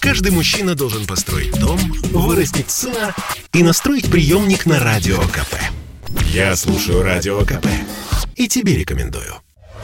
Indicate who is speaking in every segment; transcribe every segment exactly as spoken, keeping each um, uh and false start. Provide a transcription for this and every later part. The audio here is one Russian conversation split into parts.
Speaker 1: Каждый мужчина должен построить дом, вырастить сына и настроить приемник на Радио КП. Я слушаю Радио КП и тебе рекомендую.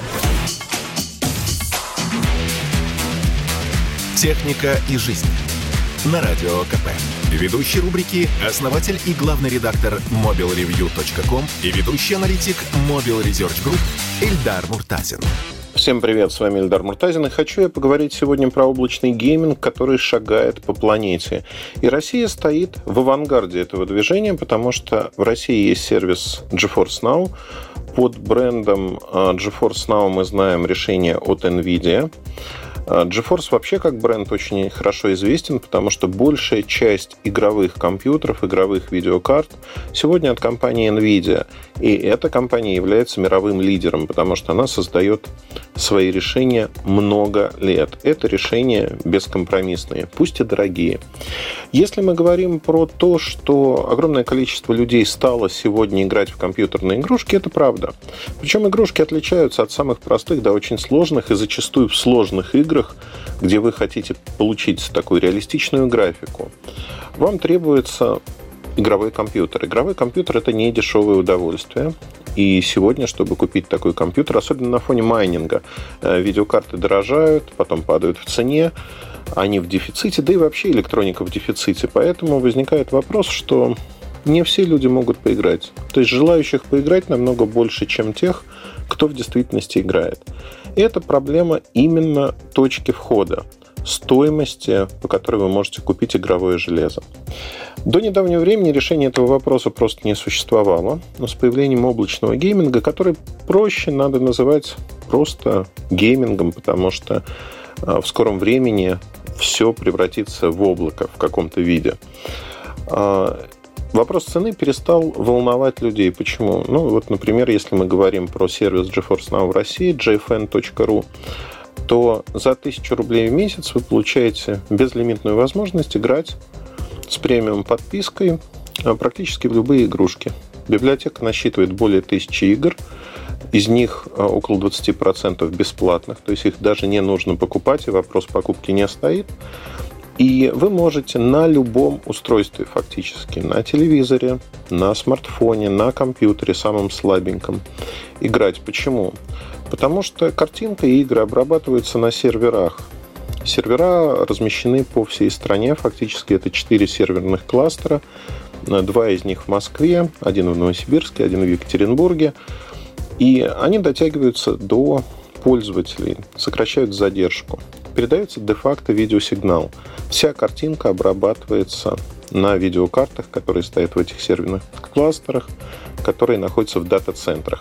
Speaker 1: «Техника и жизнь» на Радио КП. Ведущий рубрики – основатель и главный редактор мобил ревью точка ком и ведущий аналитик Mobile Research Group Эльдар Муртазин.
Speaker 2: Всем привет, с вами Эльдар Муртазин, и хочу я поговорить сегодня про облачный гейминг, который шагает по планете. И Россия стоит в авангарде этого движения, потому что в России есть сервис GeForce Now. Под брендом GeForce Now мы знаем решение от NVIDIA. GeForce вообще как бренд очень хорошо известен, потому что большая часть игровых компьютеров, игровых видеокарт сегодня от компании NVIDIA. И эта компания является мировым лидером, потому что она создает свои решения много лет. Это решения бескомпромиссные, пусть и дорогие. Если мы говорим про то, что огромное количество людей стало сегодня играть в компьютерные игрушки, это правда. Причем игрушки отличаются от самых простых до очень сложных, и зачастую в сложных играх, где вы хотите получить такую реалистичную графику, вам требуется игровой компьютер. Игровой компьютер – это не дешевое удовольствие. И сегодня, чтобы купить такой компьютер, особенно на фоне майнинга, видеокарты дорожают, потом падают в цене, они в дефиците, да и вообще электроника в дефиците. Поэтому возникает вопрос, что не все люди могут поиграть. То есть желающих поиграть намного больше, чем тех, кто в действительности играет. И это проблема именно точки входа, стоимости, по которой вы можете купить игровое железо. До недавнего времени решение этого вопроса просто не существовало, но с появлением облачного гейминга, который проще надо называть просто геймингом, потому что в скором времени все превратится в облако в каком-то виде. Вопрос цены перестал волновать людей. Почему? Ну, вот, например, если мы говорим про сервис GeForce Now в России, джей эф эн точка ру, то за тысячу рублей в месяц вы получаете безлимитную возможность играть с премиум подпиской практически в любые игрушки. Библиотека насчитывает более тысячи игр, из них около двадцать процентов бесплатных, то есть их даже не нужно покупать, и вопрос покупки не стоит. И вы можете на любом устройстве фактически, на телевизоре, на смартфоне, на компьютере самом слабеньком играть. Почему? Потому что картинка и игры обрабатываются на серверах. Сервера размещены по всей стране, фактически это четыре серверных кластера, два из них в Москве, один в Новосибирске, один в Екатеринбурге. И они дотягиваются до пользователей, сокращают задержку. Передается де-факто видеосигнал. Вся картинка обрабатывается на видеокартах, которые стоят в этих серверных кластерах, которые находятся в дата-центрах.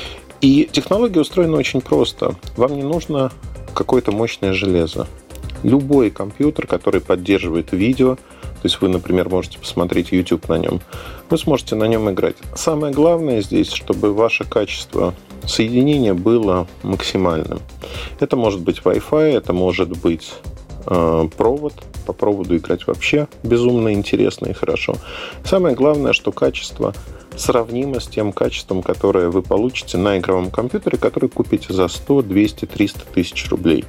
Speaker 2: И технология устроена очень просто. Вам не нужно какое-то мощное железо. Любой компьютер, который поддерживает видео, то есть вы, например, можете посмотреть YouTube на нем, вы сможете на нем играть. Самое главное здесь, чтобы ваше качество соединения было максимальным. Это может быть Wi-Fi, это может быть э, провод. По проводу играть вообще безумно интересно и хорошо. Самое главное, что качество сравнимо с тем качеством, которое вы получите на игровом компьютере, который купите за сто, двести, триста тысяч рублей.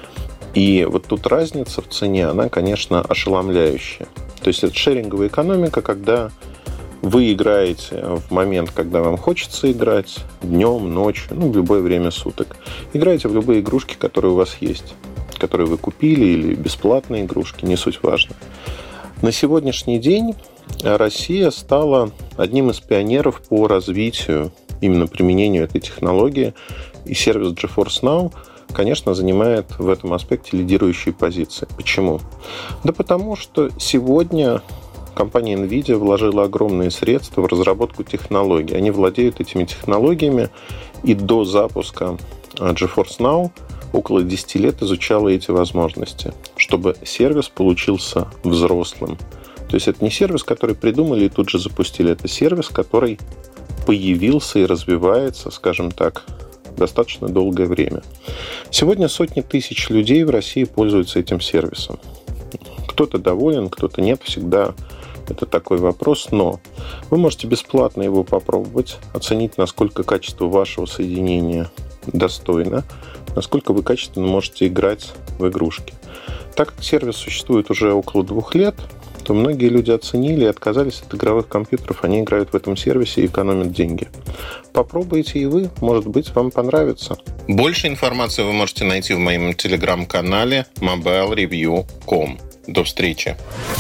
Speaker 2: И вот тут разница в цене, она, конечно, ошеломляющая. То есть это шеринговая экономика, когда вы играете в момент, когда вам хочется играть, днем, ночью, ну, в любое время суток. Играете в любые игрушки, которые у вас есть, которые вы купили, или бесплатные игрушки, не суть важно. На сегодняшний день Россия стала одним из пионеров по развитию, именно применению этой технологии. И сервис GeForce Now, конечно, занимает в этом аспекте лидирующие позиции. Почему? Да потому что сегодня компания NVIDIA вложила огромные средства в разработку технологий. Они владеют этими технологиями, и до запуска GeForce Now около десять лет изучала эти возможности, чтобы сервис получился взрослым. То есть это не сервис, который придумали и тут же запустили. Это сервис, который появился и развивается, скажем так, достаточно долгое время. Сегодня сотни тысяч людей в России пользуются этим сервисом. Кто-то доволен, кто-то нет, всегда это такой вопрос, но вы можете бесплатно его попробовать, оценить, насколько качество вашего соединения достойно, насколько вы качественно можете играть в игрушки. Так как сервис существует уже около двух лет, то многие люди оценили и отказались от игровых компьютеров. Они играют в этом сервисе и экономят деньги. Попробуйте и вы, может быть, вам понравится. Больше информации вы можете найти в моем телеграм-канале мобайл ревью точка ком. До встречи.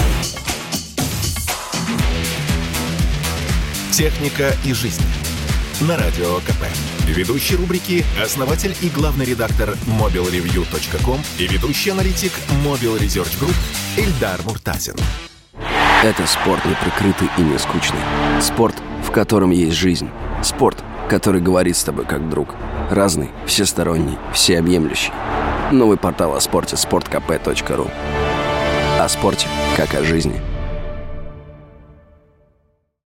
Speaker 1: Техника и жизнь. На Радио КП. Ведущий рубрики – основатель и главный редактор мобайл ревью точка ком и ведущий аналитик Mobile Research Group Эльдар Муртазин.
Speaker 3: Это спорт неприкрытый и не скучный. Спорт, в котором есть жизнь. Спорт, который говорит с тобой как друг. Разный, всесторонний, всеобъемлющий. Новый портал о спорте – спорт кэ пэ точка ру. О спорте, как о жизни.